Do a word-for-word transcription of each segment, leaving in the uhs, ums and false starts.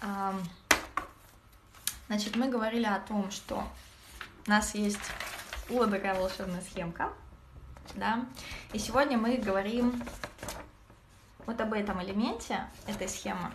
Ам, Значит, мы говорили о том, что у нас есть вот такая волшебная схемка, да, и сегодня мы говорим вот об этом элементе этой схемы,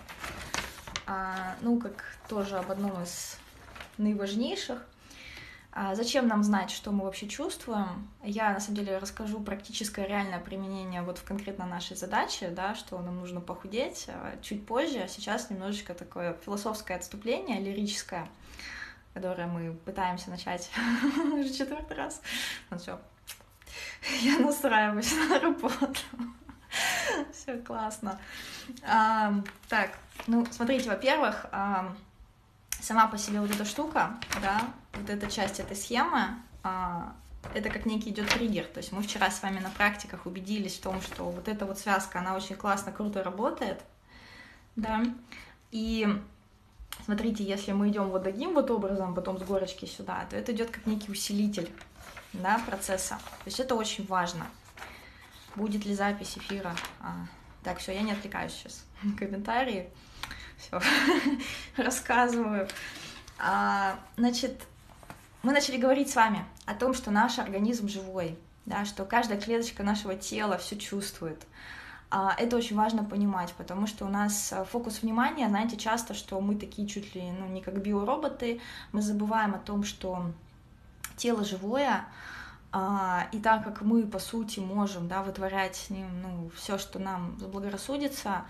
а, ну, как тоже об одном из наиважнейших. А зачем нам знать, что мы вообще чувствуем? Я, на самом деле, расскажу практическое реальное применение вот в конкретно нашей задаче, да, что нам нужно похудеть чуть позже. Сейчас немножечко такое философское отступление, лирическое, которое мы пытаемся начать уже четвертый раз. Ну все, я настраиваюсь на работу. Все классно. А, так, ну, смотрите, во-первых, а, сама по себе вот эта штука, да, вот эта часть этой схемы, а, это как некий идет триггер. То есть мы вчера с вами на практиках убедились в том, что вот эта вот связка, она очень классно, круто работает, да. И смотрите, если мы идем вот таким вот образом, потом с горочки сюда, то это идет как некий усилитель, да, процесса. То есть это очень важно. Будет ли запись эфира? А, так, все, я не отвлекаюсь сейчас. Комментарии. Все, рассказываю. А, значит, мы начали говорить с вами о том, что наш организм живой, да, что каждая клеточка нашего тела все чувствует. А, это очень важно понимать, потому что у нас фокус внимания, знаете, часто, что мы такие чуть ли, ну, не как биороботы, мы забываем о том, что тело живое. А, и так как мы, по сути, можем, да, вытворять с ним, ну, все, что нам заблагорассудится,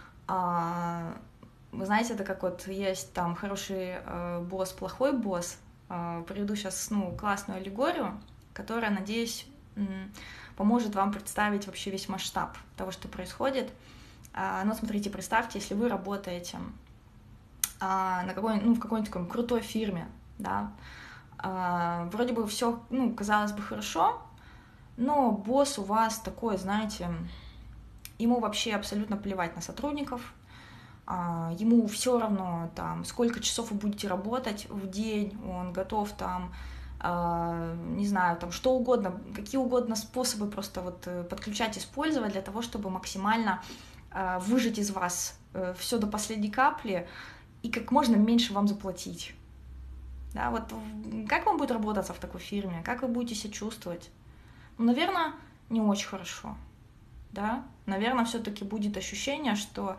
а, вы знаете, это как вот есть там хороший э, босс, плохой босс. Э, приведу сейчас, ну, классную аллегорию, которая, надеюсь, м, поможет вам представить вообще весь масштаб того, что происходит. А, ну, смотрите, представьте, если вы работаете а, на какой, ну, в какой-нибудь такой крутой фирме, да, Uh, вроде бы все, ну, казалось бы, хорошо, но босс у вас такой, знаете, ему вообще абсолютно плевать на сотрудников, uh, ему все равно, там, сколько часов вы будете работать в день, он готов там, uh, не знаю, там, что угодно, какие угодно способы просто вот подключать, использовать для того, чтобы максимально uh, выжать из вас uh, все до последней капли и как можно меньше вам заплатить. Да, вот как вам будет работаться в такой фирме? Как вы будете себя чувствовать? Ну, наверное, не очень хорошо. Да? Наверное, все-таки будет ощущение, что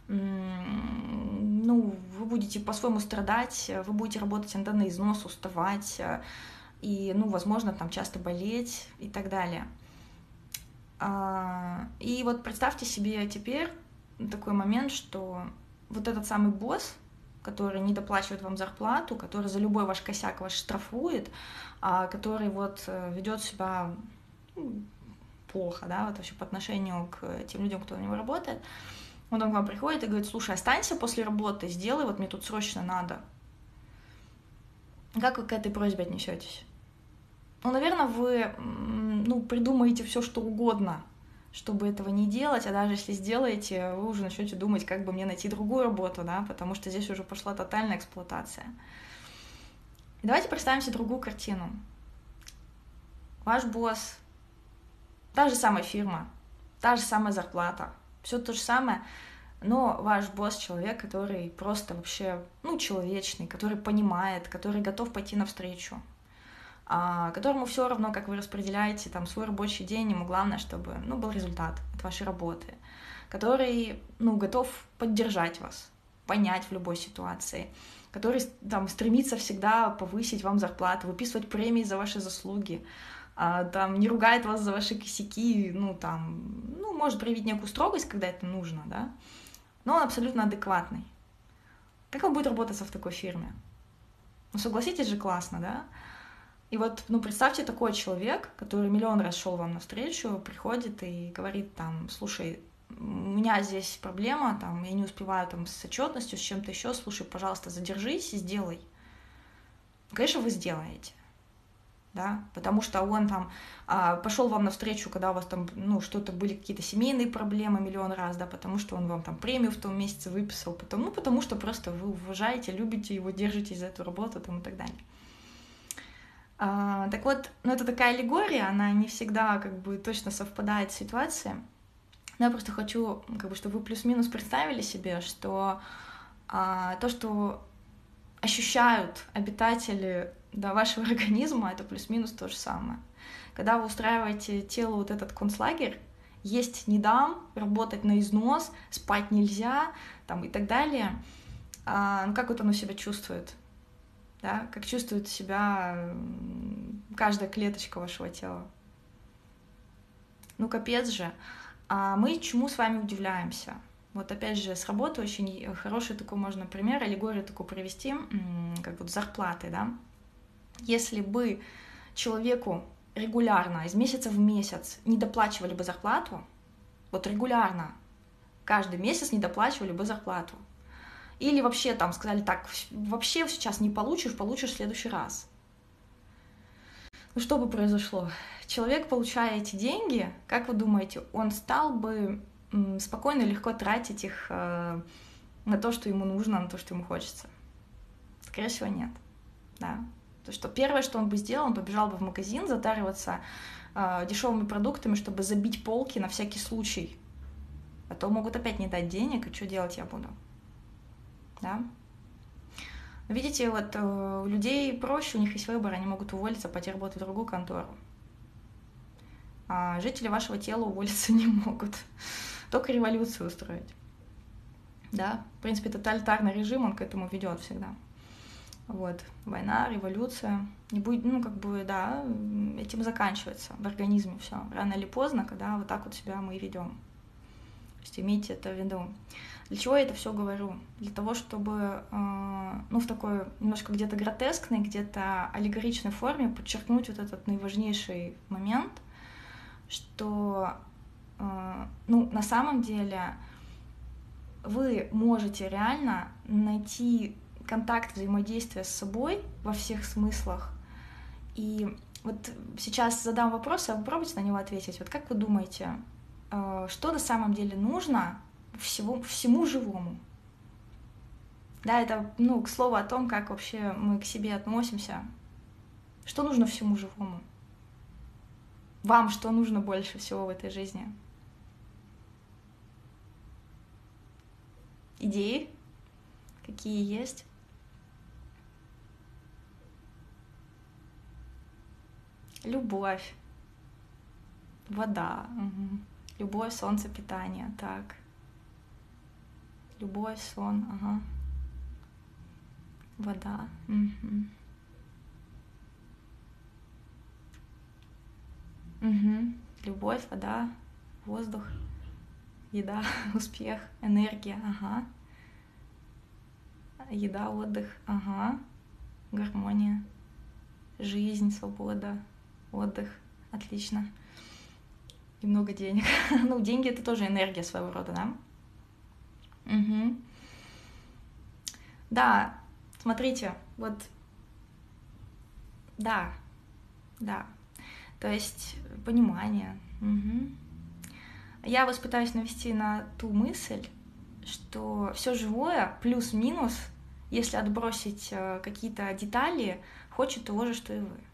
ну, вы будете по-своему страдать, вы будете работать иногда на износ, уставать, и, ну, возможно, там часто болеть и так далее. И вот представьте себе теперь такой момент, что вот этот самый босс, который не доплачивает вам зарплату, который за любой ваш косяк вас штрафует, который вот ведет себя плохо, да, вот вообще по отношению к тем людям, кто на него работает, он к вам приходит и говорит: слушай, останься после работы, сделай, вот мне тут срочно надо. Как вы к этой просьбе отнесетесь? Ну, наверное, вы, ну, придумаете все, что угодно, чтобы этого не делать, а даже если сделаете, вы уже начнете думать, как бы мне найти другую работу, да, потому что здесь уже пошла тотальная эксплуатация. И давайте представим себе другую картину. Ваш босс, та же самая фирма, та же самая зарплата, все то же самое, но ваш босс человек, который просто вообще, ну, человечный, который понимает, который готов пойти навстречу, которому все равно, как вы распределяете там свой рабочий день, ему главное, чтобы, ну, был результат от вашей работы, который, ну, готов поддержать вас, понять в любой ситуации, который там стремится всегда повысить вам зарплату, выписывать премии за ваши заслуги, там не ругает вас за ваши косяки, ну, там, ну, может проявить некую строгость, когда это нужно, да, но он абсолютно адекватный. Как он будет работаться в такой фирме? Ну, согласитесь же, классно, да? И вот, ну, представьте, такой человек, который миллион раз шел вам навстречу, приходит и говорит там: слушай, у меня здесь проблема, там, я не успеваю там с отчетностью, с чем-то еще, слушай, пожалуйста, задержись и сделай. Конечно, вы сделаете, да, потому что он там а, пошел вам навстречу, когда у вас там, ну, что-то были какие-то семейные проблемы миллион раз, да, потому что он вам там премию в том месяце выписал, потому, ну, потому что просто вы уважаете, любите его, держитесь за эту работу там, и так далее. Uh, так вот, ну, это такая аллегория, она не всегда как бы точно совпадает с ситуацией. Но я просто хочу, как бы, чтобы вы плюс-минус представили себе, что А то, что ощущают обитатели, да, вашего организма, это плюс-минус то же самое. Когда вы устраиваете телу вот этот концлагерь, есть не дам, работать на износ, спать нельзя, там, и так далее, а, ну, как вот оно себя чувствует? Да? Как чувствует себя каждая клеточка вашего тела? Ну, капец же. А мы чему с вами удивляемся? Вот опять же, с работы очень хороший такой можно пример, аллегорию такую привести, как вот зарплаты, да. Если бы человеку регулярно, из месяца в месяц не доплачивали бы зарплату, вот регулярно, каждый месяц не доплачивали бы зарплату, или вообще там сказали, так, вообще сейчас не получишь, получишь в следующий раз. Ну что бы произошло? Человек, получая эти деньги, как вы думаете, он стал бы спокойно и легко тратить их э, на то, что ему нужно, на то, что ему хочется? Скорее всего, нет. Да. То, что первое, что он бы сделал, он побежал бы в магазин затариваться э, дешевыми продуктами, чтобы забить полки на всякий случай. А то могут опять не дать денег, и что делать я буду? Да? Видите, вот э, у людей проще, у них есть выбор, они могут уволиться, пойти работать в другую контору. А жители вашего тела уволиться не могут. Только революцию устроить. Да, в принципе, тоталитарный режим, он к этому ведет всегда. Вот, война, революция, не будет, ну, как бы, да, этим заканчивается в организме все. Рано или поздно, когда вот так вот себя мы ведем. То есть имейте это в виду. Для чего я это все говорю? Для того, чтобы, э, ну, в такой немножко где-то гротескной, где-то аллегоричной форме подчеркнуть вот этот наиважнейший момент, что, э, ну, на самом деле вы можете реально найти контакт, взаимодействия с собой во всех смыслах. И вот сейчас задам вопрос, а вы попробуйте на него ответить. Вот как вы думаете, э, что на самом деле нужно всего, всему живому? Да, это, ну, к слову о том, как вообще мы к себе относимся. Что нужно всему живому? Вам что нужно больше всего в этой жизни? Идеи? Какие есть? Любовь, вода, угу. Любовь, солнце, питание, так. Любовь, сон, ага. Вода, угу. Угу. Любовь, вода, воздух, еда, успех, энергия, ага. Еда, отдых, ага. Гармония, жизнь, свобода, отдых, отлично. И много денег. Ну, деньги — это тоже энергия своего рода, да? Угу. Да, смотрите, вот, да, да. То есть понимание. Угу. Я вас пытаюсь навести на ту мысль, что все живое, плюс-минус, если отбросить какие-то детали, хочет того же, что и вы.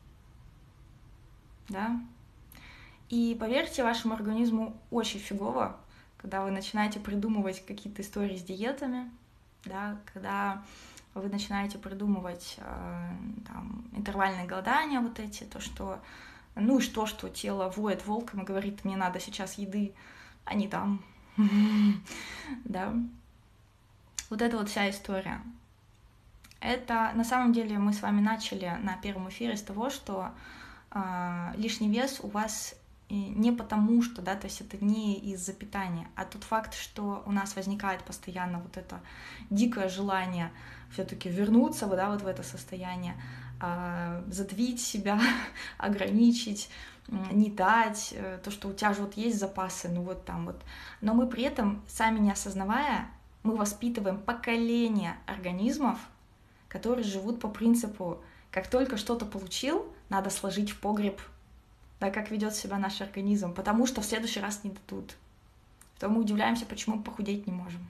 Да? И поверьте, вашему организму очень фигово, когда вы начинаете придумывать какие-то истории с диетами, да, когда вы начинаете придумывать э, там, интервальные голодания, вот эти, то, что, ну и что, что тело воет волком и говорит, мне надо сейчас еды, а не там, да. Вот это вот вся история. Это, на самом деле, мы с вами начали на первом эфире с того, что э, лишний вес у вас не потому что, да, то есть это не из-за питания, а тот факт, что у нас возникает постоянно вот это дикое желание все-таки вернуться, да, вот в это состояние, э, задавить себя, ограничить, не дать, то, что у тебя же вот есть запасы, ну вот там вот. Но мы при этом, сами не осознавая, мы воспитываем поколение организмов, которые живут по принципу, как только что-то получил, надо сложить в погреб, да, как ведет себя наш организм, потому что в следующий раз не дадут. Потом мы удивляемся, почему мы похудеть не можем.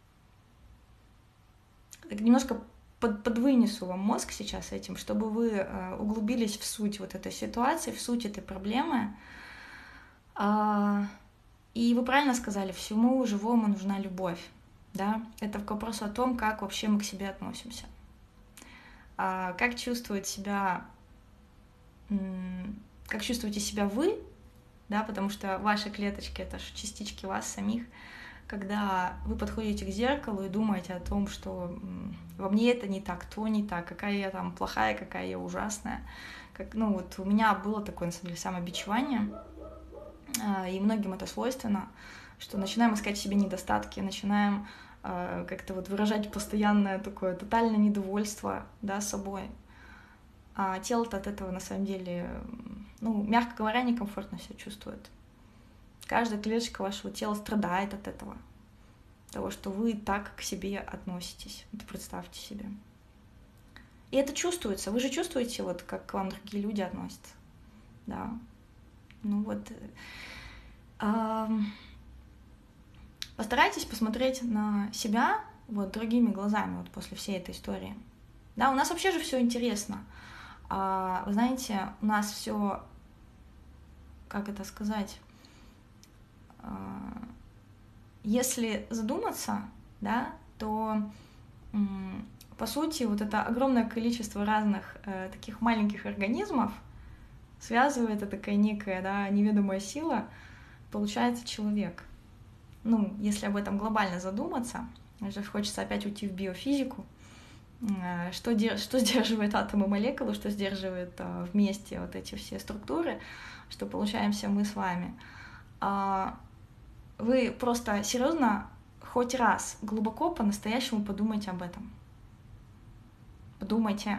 Так немножко под, подвынесу вам мозг сейчас этим, чтобы вы э, углубились в суть вот этой ситуации, в суть этой проблемы. А, и вы правильно сказали, всему живому нужна любовь. да, это к вопросу о том, как вообще мы к себе относимся, а, как чувствует себя, как чувствуете себя вы, да, потому что ваши клеточки — это же частички вас самих, когда вы подходите к зеркалу и думаете о том, что во мне это не так, то не так, какая я там плохая, какая я ужасная. Как, ну вот у меня было такое, на самом деле, самобичевание, и многим это свойственно, что начинаем искать в себе недостатки, начинаем э, как-то вот выражать постоянное такое тотальное недовольство, да, собой. А тело-то от этого, на самом деле, ну, мягко говоря, некомфортно себя чувствует. Каждая клеточка вашего тела страдает от этого, того, что вы так к себе относитесь. Это представьте себе. И это чувствуется. Вы же чувствуете, вот как к вам другие люди относятся. Да. Ну вот. А, постарайтесь посмотреть на себя вот другими глазами вот после всей этой истории. Да, у нас вообще же все интересно. А, вы знаете, у нас все, как это сказать, а, если задуматься, да, то м, по сути вот это огромное количество разных э, таких маленьких организмов связывает, это такая некая, да, неведомая сила, получается человек. Ну, если об этом глобально задуматься, уже хочется опять уйти в биофизику, э, что, де- что сдерживает атомы и молекулы, что сдерживает э, вместе вот эти все структуры, что получаемся мы с вами. А, вы просто серьезно хоть раз глубоко по-настоящему подумайте об этом. Подумайте.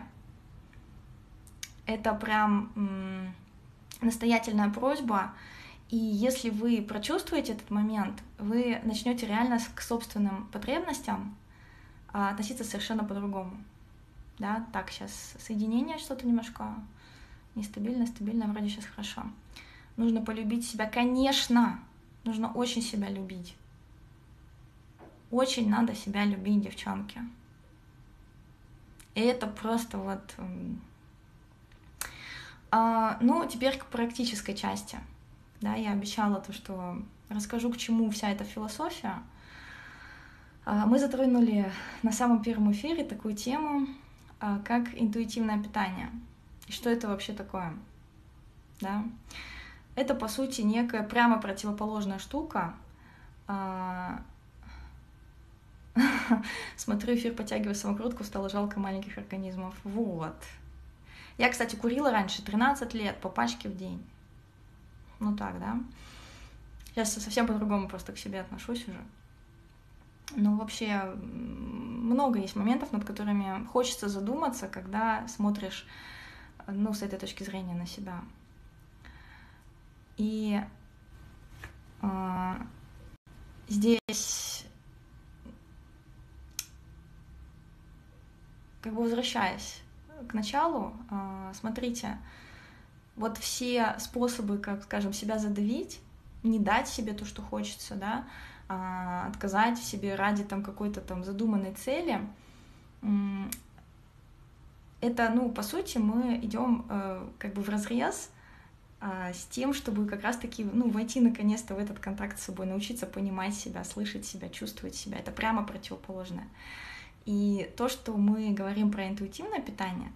Это прям м- настоятельная просьба. И если вы прочувствуете этот момент, вы начнете реально к собственным потребностям а, относиться совершенно по-другому. Да, так, сейчас соединение что-то немножко нестабильно, стабильно, вроде сейчас хорошо. Нужно полюбить себя, конечно. Нужно очень себя любить. Очень надо себя любить, девчонки. И это просто вот... А, ну, теперь к практической части. Да, я обещала то, что расскажу, к чему вся эта философия. А, мы затронули на самом первом эфире такую тему, а, как интуитивное питание. И что это вообще такое? Да? Это, по сути, некая прямо противоположная штука. А, Смотрю эфир, подтягиваю самокрутку, стало жалко маленьких организмов. Вот. Я, кстати, курила раньше тринадцать лет по пачке в день. Ну так, да? Сейчас совсем по-другому просто к себе отношусь уже. Ну, вообще, много есть моментов, над которыми хочется задуматься, когда смотришь, ну, с этой точки зрения на себя. И э, здесь, как бы возвращаясь к началу, э, смотрите, вот все способы, как, скажем, себя задавить, не дать себе то, что хочется, да, э, отказать в себе ради там какой-то там задуманной цели, э, это, ну, по сути, мы идем э, как бы вразрез э, с тем, чтобы как раз-таки, ну, войти наконец-то в этот контакт с собой, научиться понимать себя, слышать себя, чувствовать себя. Это прямо противоположное. И то, что мы говорим про интуитивное питание,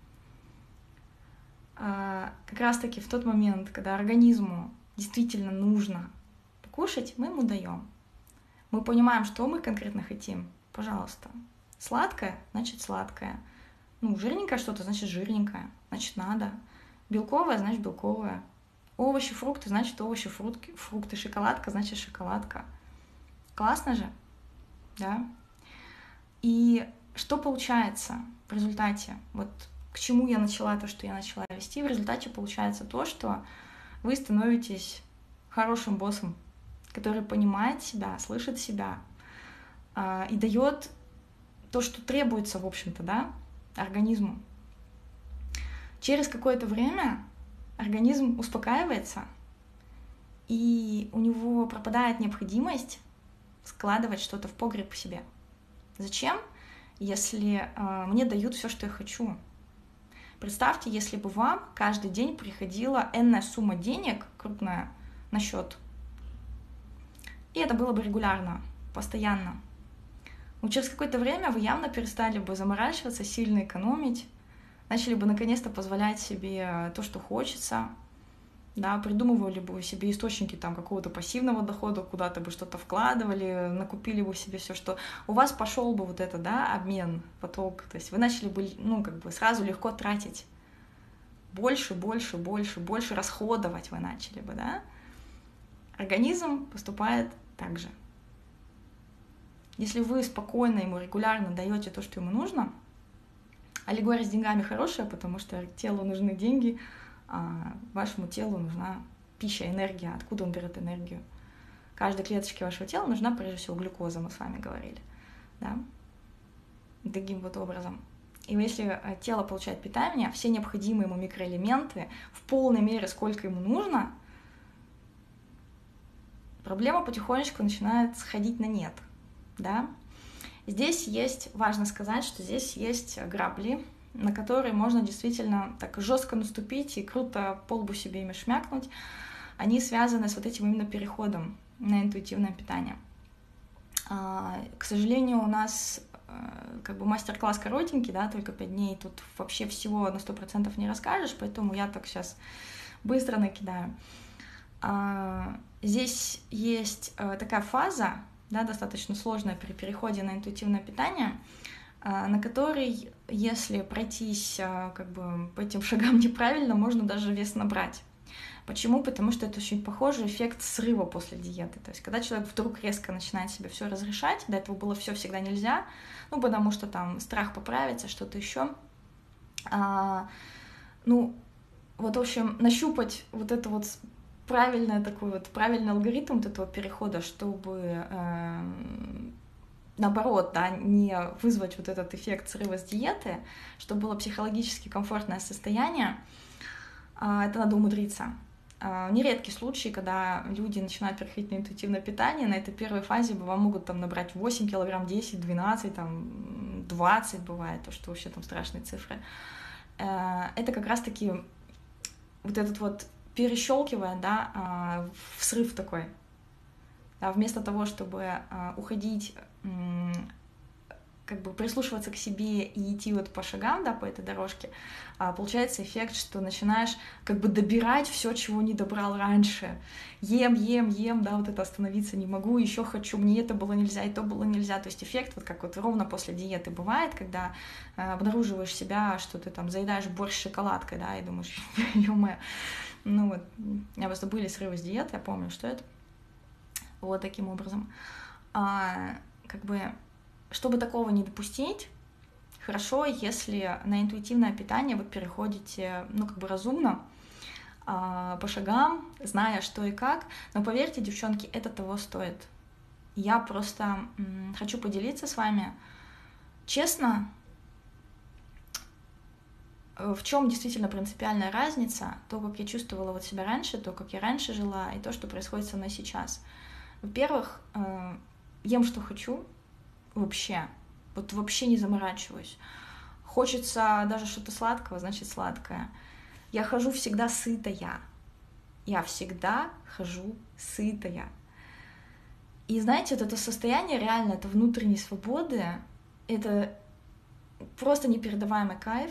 э, как раз-таки в тот момент, когда организму действительно нужно покушать, мы ему даем. Мы понимаем, что мы конкретно хотим. Пожалуйста. Сладкое, значит сладкое. Ну, жирненькое что-то, значит жирненькое, значит надо. Белковое, значит белковое. Овощи, фрукты, значит овощи, фрукты, фрукты. Шоколадка, значит шоколадка. Классно же, да? И что получается в результате? Вот к чему я начала то, что я начала вести. В результате получается то, что вы становитесь хорошим боссом, который понимает себя, слышит себя э, и дает то, что требуется, в общем-то, да, организму. Через какое-то время организм успокаивается, и у него пропадает необходимость складывать что-то в погреб в себе. Зачем? Если э, мне дают все, что я хочу. Представьте, если бы вам каждый день приходила энная сумма денег, крупная, на счет. И это было бы регулярно, постоянно. ну, через какое-то время вы явно перестали бы заморачиваться, сильно экономить, начали бы наконец-то позволять себе то, что хочется, да, придумывали бы себе источники там какого-то пассивного дохода, куда-то бы что-то вкладывали, накупили бы себе все, что у вас пошел бы вот это, да, обмен, поток, то есть вы начали бы, ну, как бы сразу легко тратить, больше, больше, больше, больше расходовать вы начали бы, да. Организм поступает так же. Если вы спокойно ему регулярно даете то, что ему нужно, аллегория с деньгами хорошая, потому что телу нужны деньги, а вашему телу нужна пища, энергия. Откуда он берет энергию? Каждой клеточке вашего тела нужна, прежде всего, глюкоза, мы с вами говорили. Да? Таким вот образом. И если тело получает питание, все необходимые ему микроэлементы в полной мере, сколько ему нужно, проблема потихонечку начинает сходить на нет. Да? Здесь есть, важно сказать, что здесь есть грабли, на которые можно действительно так жестко наступить и круто по лбу себе ими шмякнуть. Они связаны с вот этим именно переходом на интуитивное питание. К сожалению, у нас как бы мастер-класс коротенький, да, только пять дней, тут вообще всего на сто процентов не расскажешь, поэтому я так сейчас быстро накидаю. Здесь есть такая фаза, да, достаточно сложная при переходе на интуитивное питание, на которой, если пройтись как бы по этим шагам неправильно, можно даже вес набрать. Почему? Потому что это очень похожий эффект срыва после диеты. То есть, когда человек вдруг резко начинает себе все разрешать, до этого было все всегда нельзя, ну, потому что там страх поправиться, что-то еще. А, ну, вот, в общем, нащупать вот это вот правильный такой вот, правильный алгоритм вот этого перехода, чтобы... Э, наоборот, да, не вызвать вот этот эффект срыва с диеты, чтобы было психологически комфортное состояние, это надо умудриться. Нередки случаи, когда люди начинают переходить на интуитивное питание, на этой первой фазе вам могут там набрать восемь килограмм, десять, двенадцать, там, двадцать бывает, то, что вообще там страшные цифры. Это как раз-таки вот этот вот перещелкивая, да, в срыв такой. Да, вместо того, чтобы уходить, как бы прислушиваться к себе и идти вот по шагам, да, по этой дорожке, получается эффект, что начинаешь как бы добирать все, чего не добрал раньше. Ем, ем, ем, да, вот это остановиться не могу, еще хочу, мне это было нельзя, и то было нельзя. То есть эффект вот как вот ровно после диеты бывает, когда обнаруживаешь себя, что ты там заедаешь борщ с шоколадкой, да, и думаешь, ё-моё. Ну вот, у меня просто были срывы с диеты, я помню, что это. Вот таким образом. А, как бы, чтобы такого не допустить, хорошо, если на интуитивное питание вы переходите, ну, как бы разумно, а, по шагам, зная, что и как. Но поверьте, девчонки, это того стоит. Я просто м, хочу поделиться с вами честно, в чем действительно принципиальная разница, то, как я чувствовала вот себя раньше, то, как я раньше жила, и то, что происходит со мной сейчас. Во-первых, ем, что хочу, вообще, вот вообще не заморачиваюсь. Хочется даже что-то сладкого, значит сладкое. Я хожу всегда сытая. Я всегда хожу сытая. И знаете, вот это состояние реально, это внутренней свободы, это просто непередаваемый кайф.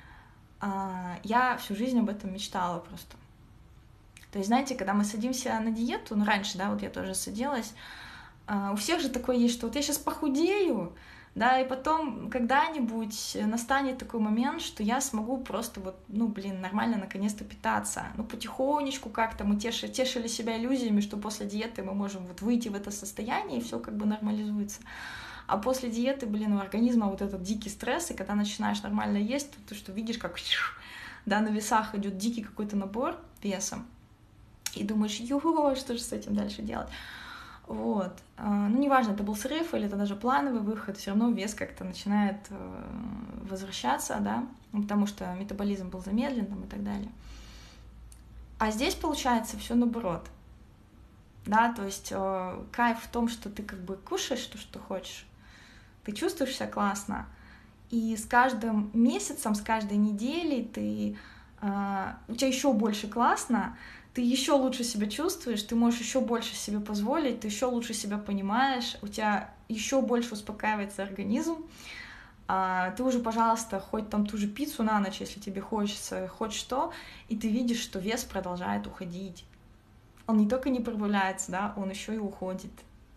Я всю жизнь об этом мечтала просто. То есть, знаете, когда мы садимся на диету, ну, раньше, да, вот я тоже садилась, у всех же такое есть, что вот я сейчас похудею, да, и потом когда-нибудь настанет такой момент, что я смогу просто вот, ну, блин, нормально наконец-то питаться. Ну, потихонечку как-то мы тешили, тешили себя иллюзиями, что после диеты мы можем вот выйти в это состояние, и все как бы нормализуется. А после диеты, блин, у организма вот этот дикий стресс, и когда начинаешь нормально есть, то, то что видишь, как, да, на весах идет дикий какой-то набор весом, и думаешь, ё, что же с этим дальше делать? Вот. Ну, неважно, это был срыв или это даже плановый выход, все равно вес как-то начинает возвращаться, да, потому что метаболизм был замедлен там, и так далее. А здесь получается все наоборот. Да, то есть кайф в том, что ты как бы кушаешь то, что хочешь, ты чувствуешь себя классно, и с каждым месяцем, с каждой неделей ты, у тебя еще больше классно, ты еще лучше себя чувствуешь, ты можешь еще больше себе позволить, ты еще лучше себя понимаешь, у тебя еще больше успокаивается организм. А, ты уже, пожалуйста, хоть там ту же пиццу на ночь, если тебе хочется, хоть что, и ты видишь, что вес продолжает уходить. Он не только не прибавляется, да, он еще и уходит.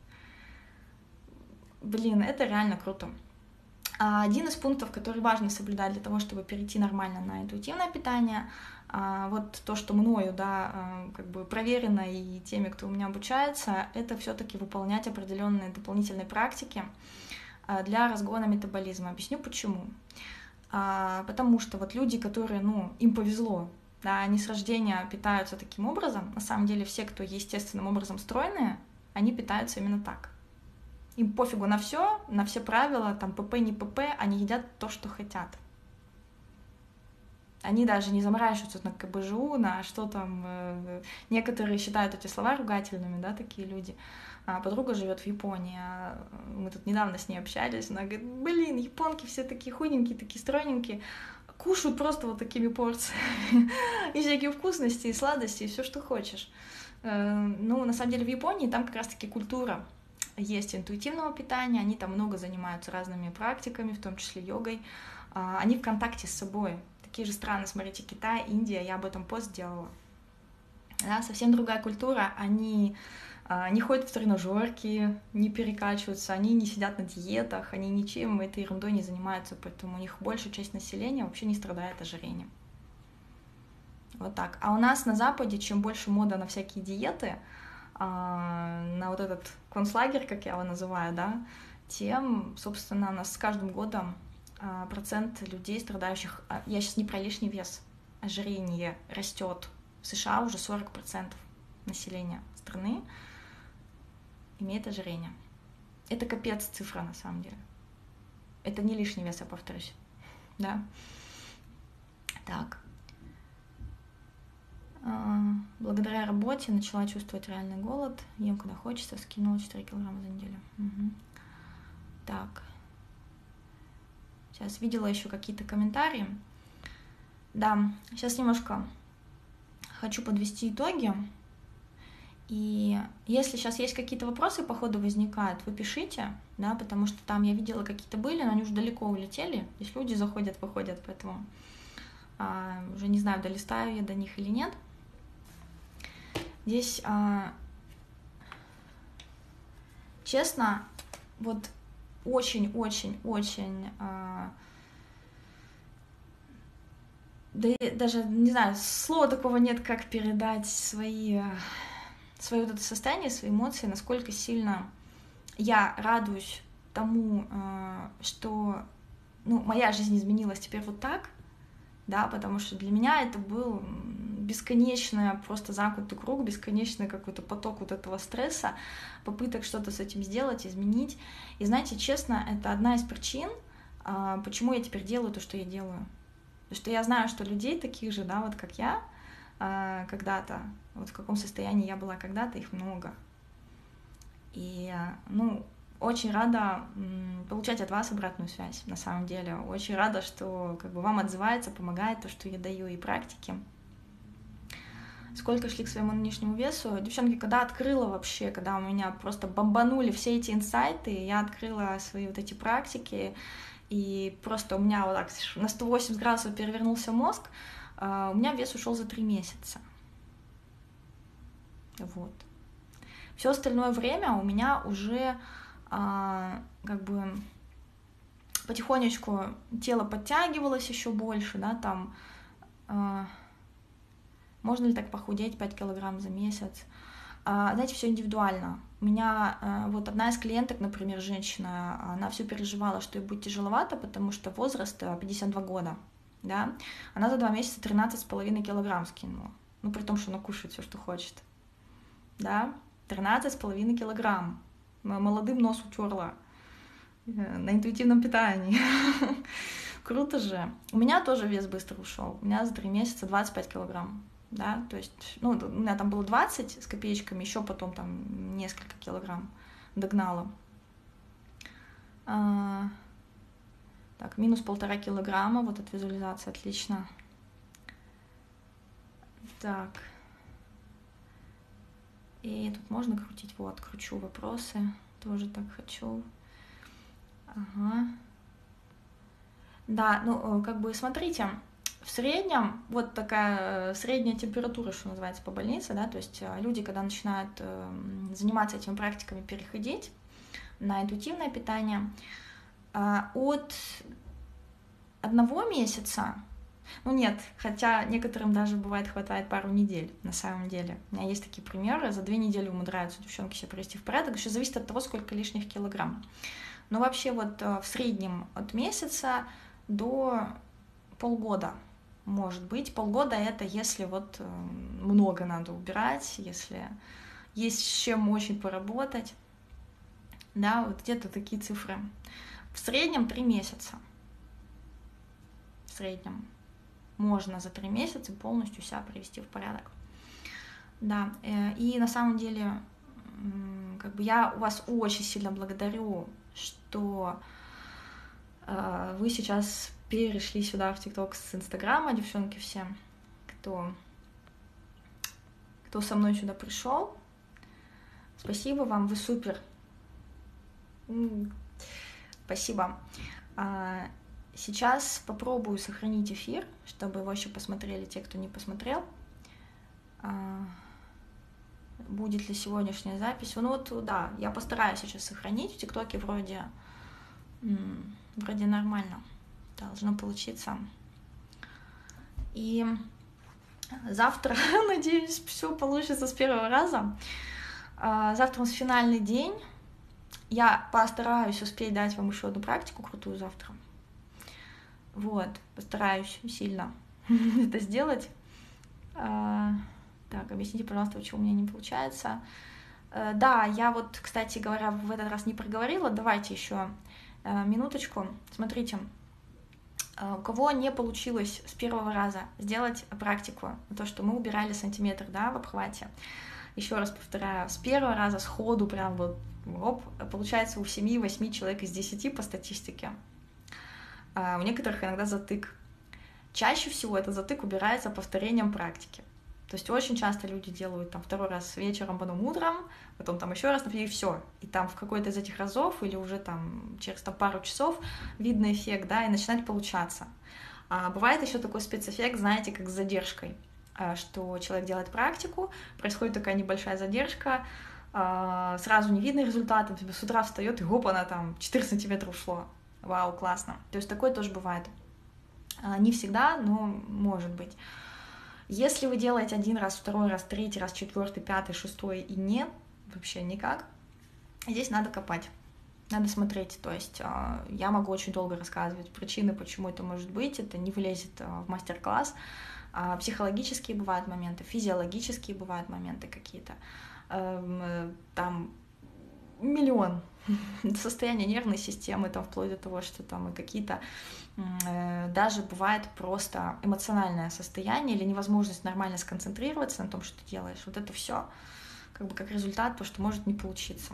Блин, это реально круто. А, один из пунктов, который важно соблюдать для того, чтобы перейти нормально на интуитивное питание, а, вот то, что мною, да, а, как бы проверено и теми, кто у меня обучается, это все-таки выполнять определенные дополнительные практики для разгона метаболизма. Объясню почему. А, потому что вот люди, которые, ну, им повезло, да, они с рождения питаются таким образом, на самом деле все, кто естественным образом стройные, они питаются именно так. Им пофигу на все, на все правила, там ПП, не ПП, они едят то, что хотят. Они даже не заморачиваются на КБЖУ, на что там. Э, некоторые считают эти слова ругательными, да, такие люди. А подруга живет в Японии, а мы тут недавно с ней общались, она говорит, блин, японки все такие худенькие, такие стройненькие, кушают просто вот такими порциями, и всякие вкусности, и сладости, и все, что хочешь. Ну, на самом деле в Японии там как раз-таки культура есть интуитивного питания, они там много занимаются разными практиками, в том числе йогой, они в контакте с собой. Такие же страны, смотрите, Китай, Индия, я об этом пост делала. Да, совсем другая культура, они не ходят в тренажерки, не перекачиваются, они не сидят на диетах, они ничем этой ерундой не занимаются, поэтому у них большая часть населения вообще не страдает ожирением. Вот так. А у нас на Западе, чем больше мода на всякие диеты, на вот этот концлагерь, как я его называю, да, тем, собственно, у нас с каждым годом процент людей, страдающих, я сейчас не про лишний вес, ожирение растет. В США уже сорок процентов населения страны имеет ожирение. Это капец цифра на самом деле. Это не лишний вес, я повторюсь. Да? Так. Благодаря работе начала чувствовать реальный голод. Ем куда хочется, скинула четыре килограмма за неделю. Угу. Так. Сейчас видела еще какие-то комментарии. Да, сейчас немножко хочу подвести итоги. И если сейчас есть какие-то вопросы по ходу возникают, вы пишите, да, потому что там я видела какие-то были, но они уже далеко улетели. Здесь люди заходят, выходят, поэтому а, уже не знаю, долистаю я до них или нет. Здесь, а, честно, вот очень-очень-очень, а, да, даже, не знаю, слова такого нет, как передать свои... свое вот это состояние, свои эмоции, насколько сильно я радуюсь тому, что, ну, моя жизнь изменилась теперь вот так, да, потому что для меня это был бесконечный просто замкнутый круг, бесконечный какой-то поток вот этого стресса, попыток что-то с этим сделать, изменить. И знаете, честно, это одна из причин, почему я теперь делаю то, что я делаю. Потому что я знаю, что людей таких же, да, вот как я, когда-то, вот в каком состоянии я была когда-то, их много. И, ну, очень рада получать от вас обратную связь, на самом деле. Очень рада, что как бы вам отзывается, помогает то, что я даю, и практики. Сколько шли к своему нынешнему весу? Девчонки, когда открыла вообще, когда у меня просто бомбанули все эти инсайты, я открыла свои вот эти практики, и просто у меня вот так на сто восемьдесят градусов перевернулся мозг, у меня вес ушел за три месяца. Вот. Все остальное время у меня уже а, как бы потихонечку тело подтягивалось еще больше, да, там а, можно ли так похудеть пять килограмм за месяц. А, знаете, все индивидуально. У меня а, вот одна из клиенток, например, женщина, она все переживала, что ей будет тяжеловато, потому что возраст пятьдесят два года. Да, она за два месяца тринадцать с половиной килограмм скинула. Ну, при том, что она кушает все, что хочет. Да, тринадцать с половиной килограмм. Молодым нос утерла на интуитивном питании. Круто же. У меня тоже вес быстро ушел. У меня за три месяца двадцать пять килограмм. Да, то есть, ну, у меня там было двадцать с копеечками, еще потом там несколько килограмм догнала. Так, минус полтора килограмма, вот эта визуализация, отлично. Так. И тут можно крутить, вот, кручу вопросы, тоже так хочу. Ага. Да, ну, как бы, смотрите, в среднем, вот такая средняя температура, что называется, по больнице, да, то есть люди, когда начинают заниматься этими практиками, переходить на интуитивное питание, от одного месяца, ну нет, хотя некоторым даже бывает хватает пару недель, на самом деле. У меня есть такие примеры, за две недели умудряются девчонки себя привести в порядок, еще зависит от того, сколько лишних килограмм. Но вообще вот в среднем от месяца до полгода, может быть. Полгода это если вот много надо убирать, если есть с чем очень поработать. Да, вот где-то такие цифры. В среднем три месяца. В среднем. Можно за три месяца полностью себя привести в порядок. Да, и на самом деле, как бы я вас очень сильно благодарю, что вы сейчас перешли сюда в ТикТок с Инстаграма, девчонки все, кто, кто со мной сюда пришел. Спасибо вам, вы супер. Спасибо. Сейчас попробую сохранить эфир, чтобы его еще посмотрели те, кто не посмотрел. Будет ли сегодняшняя запись? Ну вот, да, я постараюсь сейчас сохранить. В ТикТоке вроде, вроде нормально должно получиться. И завтра, надеюсь, все получится с первого раза. Завтра у нас финальный день. Я постараюсь успеть дать вам еще одну практику крутую завтра. Вот, постараюсь сильно это сделать. Так, объясните, пожалуйста, почему у меня не получается. Да, я вот, кстати говоря, в этот раз не проговорила. Давайте еще минуточку. Смотрите, у кого не получилось с первого раза сделать практику, то, что мы убирали сантиметр, да, в обхвате. Еще раз повторяю, с первого раза сходу прям вот, оп, получается у семи-восьми человек из десяти по статистике. А у некоторых иногда затык. Чаще всего этот затык убирается повторением практики. То есть очень часто люди делают там второй раз вечером, потом утром, потом там еще раз, и все. И там в какой-то из этих разов или уже там через там, пару часов видно эффект, да, и начинает получаться. А бывает еще такой спецэффект, знаете, как с задержкой, что человек делает практику, происходит такая небольшая задержка, сразу не видно результата, с утра встает и гоп, она там четыре сантиметра ушло. Вау, классно. То есть такое тоже бывает. Не всегда, но может быть. Если вы делаете один раз, второй раз, третий раз, четвертый, пятый, шестой и нет, вообще никак, здесь надо копать, надо смотреть. То есть я могу очень долго рассказывать причины, почему это может быть, это не влезет в мастер-класс. Психологические бывают моменты, физиологические бывают моменты какие-то, там миллион. Состояние нервной системы, там, вплоть до того, что там и какие-то, э, даже бывает просто эмоциональное состояние или невозможность нормально сконцентрироваться на том, что ты делаешь. Вот это все как бы как результат, то, что может не получиться.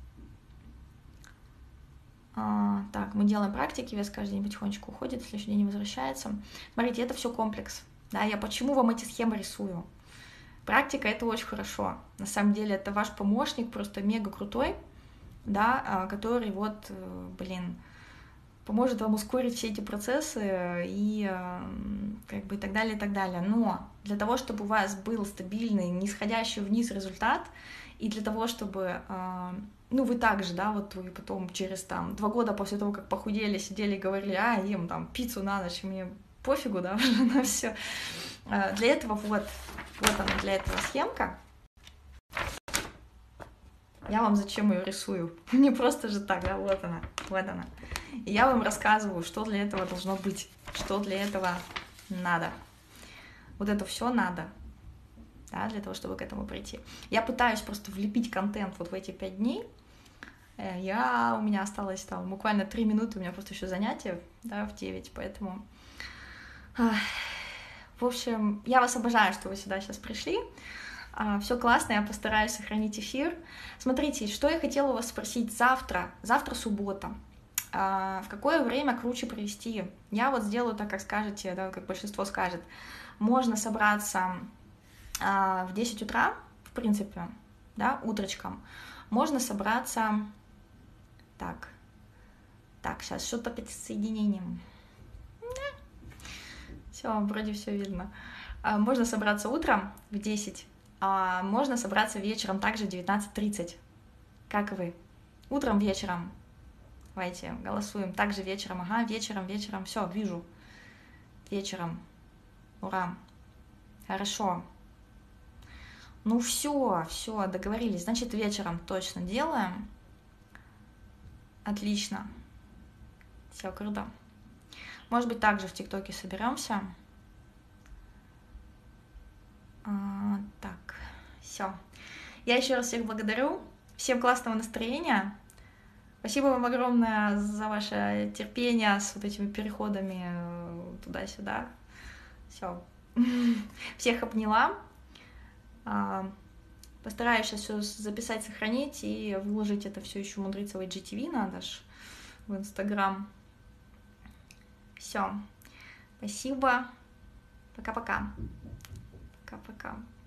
А, так, мы делаем практики, вес каждый день потихонечку уходит, в следующий день не возвращается. Смотрите, это все комплекс. Да, я почему вам эти схемы рисую? Практика — это очень хорошо. На самом деле это ваш помощник, просто мега крутой, да, который вот, блин, поможет вам ускорить все эти процессы и как бы и так далее, и так далее. Но для того, чтобы у вас был стабильный, нисходящий вниз результат, и для того, чтобы, ну, вы также, да, вот вы потом через там два года после того, как похудели, сидели и говорили, а, ем там пиццу на ночь, мне пофигу, да, уже на все. Для этого вот, вот она, для этого схемка. Я вам зачем ее рисую? Не просто же так, да, вот она, вот она. И я вам рассказываю, что для этого должно быть, что для этого надо. Вот это все надо, да, для того, чтобы к этому прийти. Я пытаюсь просто влепить контент вот в эти пять дней. Я, у меня осталось там буквально три минуты, у меня просто еще занятие, да, в девять, поэтому... В общем, я вас обожаю, что вы сюда сейчас пришли. Все классно, я постараюсь сохранить эфир. Смотрите, что я хотела у вас спросить завтра. Завтра суббота. В какое время круче провести? Я вот сделаю так, как скажете, да, как большинство скажет. Можно собраться в десять утра, в принципе. да, утречком. Можно собраться, так, так, сейчас что-то под соединением. Все, вроде все видно. Можно собраться утром в десять, а можно собраться вечером также в девятнадцать тридцать. Как вы? Утром, вечером? Давайте голосуем. Также вечером. Ага, вечером, вечером. Все, вижу. Вечером. Ура. Хорошо. Ну все, все, договорились. Значит, вечером точно делаем. Отлично. Все, круто. Может быть, также в ТикТоке соберемся. А, так, все. Я еще раз всех благодарю. Всем классного настроения. Спасибо вам огромное за ваше терпение с вот этими переходами туда-сюда. Все. Всех обняла. Постараюсь сейчас все записать, сохранить и выложить это все еще умудриться в ай джи ти ви надо ж, в Инстаграм. Все. Спасибо. Пока-пока. Пока-пока.